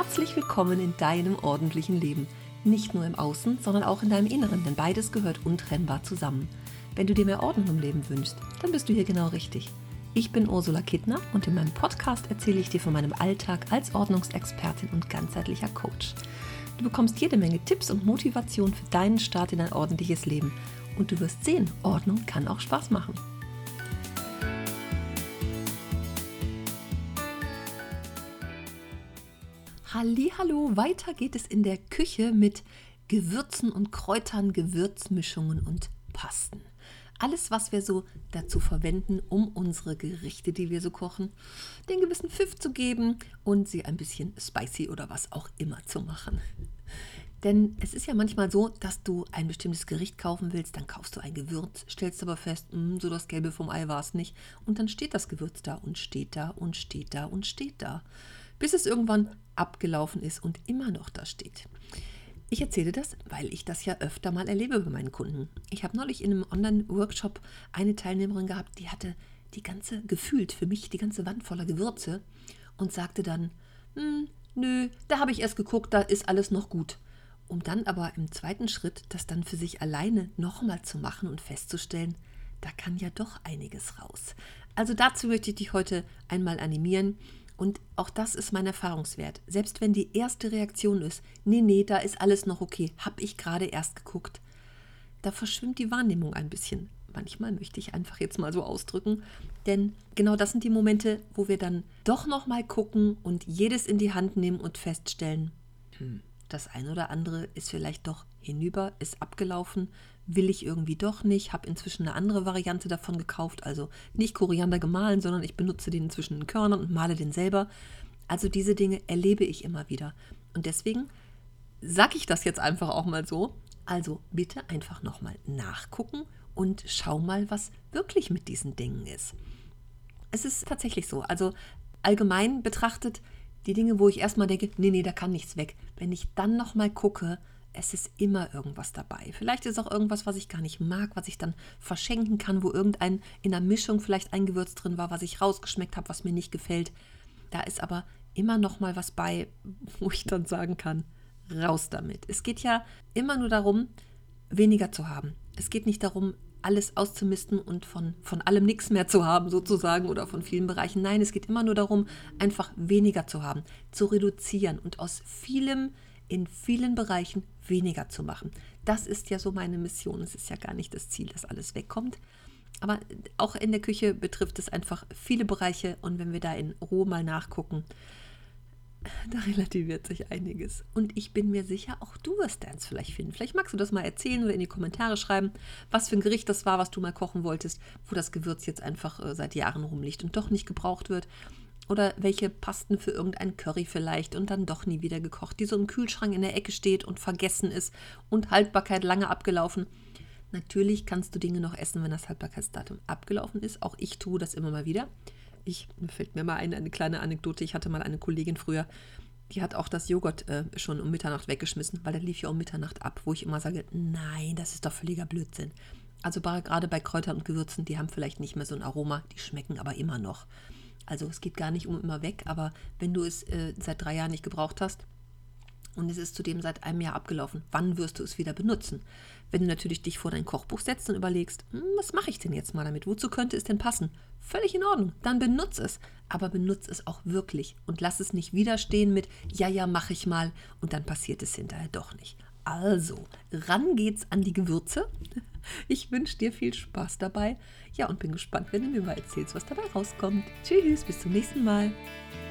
Herzlich willkommen in deinem ordentlichen Leben. Nicht nur im Außen, sondern auch in deinem Inneren, denn beides gehört untrennbar zusammen. Wenn du dir mehr Ordnung im Leben wünschst, dann bist du hier genau richtig. Ich bin Ursula Kittner und in meinem Podcast erzähle ich dir von meinem Alltag als Ordnungsexpertin und ganzheitlicher Coach. Du bekommst jede Menge Tipps und Motivation für deinen Start in ein ordentliches Leben. Und du wirst sehen, Ordnung kann auch Spaß machen. Hallihallo, weiter geht es in der Küche mit Gewürzen und Kräutern, Gewürzmischungen und Pasten. Alles, was wir so dazu verwenden, um unsere Gerichte, die wir so kochen, den gewissen Pfiff zu geben und sie ein bisschen spicy oder was auch immer zu machen. Denn es ist ja manchmal so, dass du ein bestimmtes Gericht kaufen willst, dann kaufst du ein Gewürz, stellst aber fest, so das Gelbe vom Ei war es nicht. Und dann steht das Gewürz da und steht da und steht da und steht da. Bis es irgendwann abgelaufen ist und immer noch da steht. Ich erzähle das, weil ich das ja öfter mal erlebe bei meinen Kunden. Ich habe neulich in einem Online-Workshop eine Teilnehmerin gehabt, die hatte gefühlt für mich die ganze Wand voller Gewürze und sagte dann, nö, da habe ich erst geguckt, da ist alles noch gut. Um dann aber im zweiten Schritt das dann für sich alleine nochmal zu machen und festzustellen, da kann ja doch einiges raus. Also dazu möchte ich dich heute einmal animieren. Und auch das ist mein Erfahrungswert. Selbst wenn die erste Reaktion ist, nee, da ist alles noch okay, habe ich gerade erst geguckt, da verschwimmt die Wahrnehmung ein bisschen. Manchmal möchte ich einfach jetzt mal so ausdrücken, denn genau das sind die Momente, wo wir dann doch noch mal gucken und jedes in die Hand nehmen und feststellen, das eine oder andere ist vielleicht doch hinüber, ist abgelaufen, will ich irgendwie doch nicht, habe inzwischen eine andere Variante davon gekauft, also nicht Koriander gemahlen, sondern ich benutze den inzwischen in Körnern und male den selber. Also diese Dinge erlebe ich immer wieder. Und deswegen sage ich das jetzt einfach auch mal so. Also bitte einfach nochmal nachgucken und schau mal, was wirklich mit diesen Dingen ist. Es ist tatsächlich so, also allgemein betrachtet, die Dinge, wo ich erstmal denke, nee, da kann nichts weg. Wenn ich dann nochmal gucke, es ist immer irgendwas dabei. Vielleicht ist auch irgendwas, was ich gar nicht mag, was ich dann verschenken kann, wo irgendein in der Mischung vielleicht ein Gewürz drin war, was ich rausgeschmeckt habe, was mir nicht gefällt. Da ist aber immer noch mal was bei, wo ich dann sagen kann, raus damit. Es geht ja immer nur darum, weniger zu haben. Es geht nicht darum, alles auszumisten und von allem nichts mehr zu haben sozusagen oder von vielen Bereichen. Nein, es geht immer nur darum, einfach weniger zu haben, zu reduzieren und aus vielem in vielen Bereichen weniger zu machen. Das ist ja so meine Mission. Es ist ja gar nicht das Ziel, dass alles wegkommt. Aber auch in der Küche betrifft es einfach viele Bereiche und wenn wir da in Ruhe mal nachgucken, da relativiert sich einiges. Und ich bin mir sicher, auch du wirst deins vielleicht finden. Vielleicht magst du das mal erzählen oder in die Kommentare schreiben, was für ein Gericht das war, was du mal kochen wolltest, wo das Gewürz jetzt einfach seit Jahren rumliegt und doch nicht gebraucht wird. Oder welche Pasten für irgendein Curry vielleicht und dann doch nie wieder gekocht, die so im Kühlschrank in der Ecke steht und vergessen ist und Haltbarkeit lange abgelaufen. Natürlich kannst du Dinge noch essen, wenn das Haltbarkeitsdatum abgelaufen ist. Auch ich tue das immer mal wieder. Mir fällt mir mal eine kleine Anekdote. Ich hatte mal eine Kollegin früher, die hat auch das Joghurt schon um Mitternacht weggeschmissen, weil der lief ja um Mitternacht ab, wo ich immer sage, nein, das ist doch völliger Blödsinn. Also gerade bei Kräutern und Gewürzen, die haben vielleicht nicht mehr so ein Aroma, die schmecken aber immer noch. Also es geht gar nicht um immer weg, aber wenn du es seit 3 Jahren nicht gebraucht hast und es ist zudem seit einem Jahr abgelaufen, wann wirst du es wieder benutzen? Wenn du natürlich dich vor dein Kochbuch setzt und überlegst, was mache ich denn jetzt mal damit? Wozu könnte es denn passen? Völlig in Ordnung, dann benutze es. Aber benutze es auch wirklich und lass es nicht wieder stehen mit, ja, mache ich mal und dann passiert es hinterher doch nicht. Also, ran geht's an die Gewürze. Ich wünsche dir viel Spaß dabei. Ja, und bin gespannt, wenn du mir mal erzählst, was dabei rauskommt. Tschüss, bis zum nächsten Mal.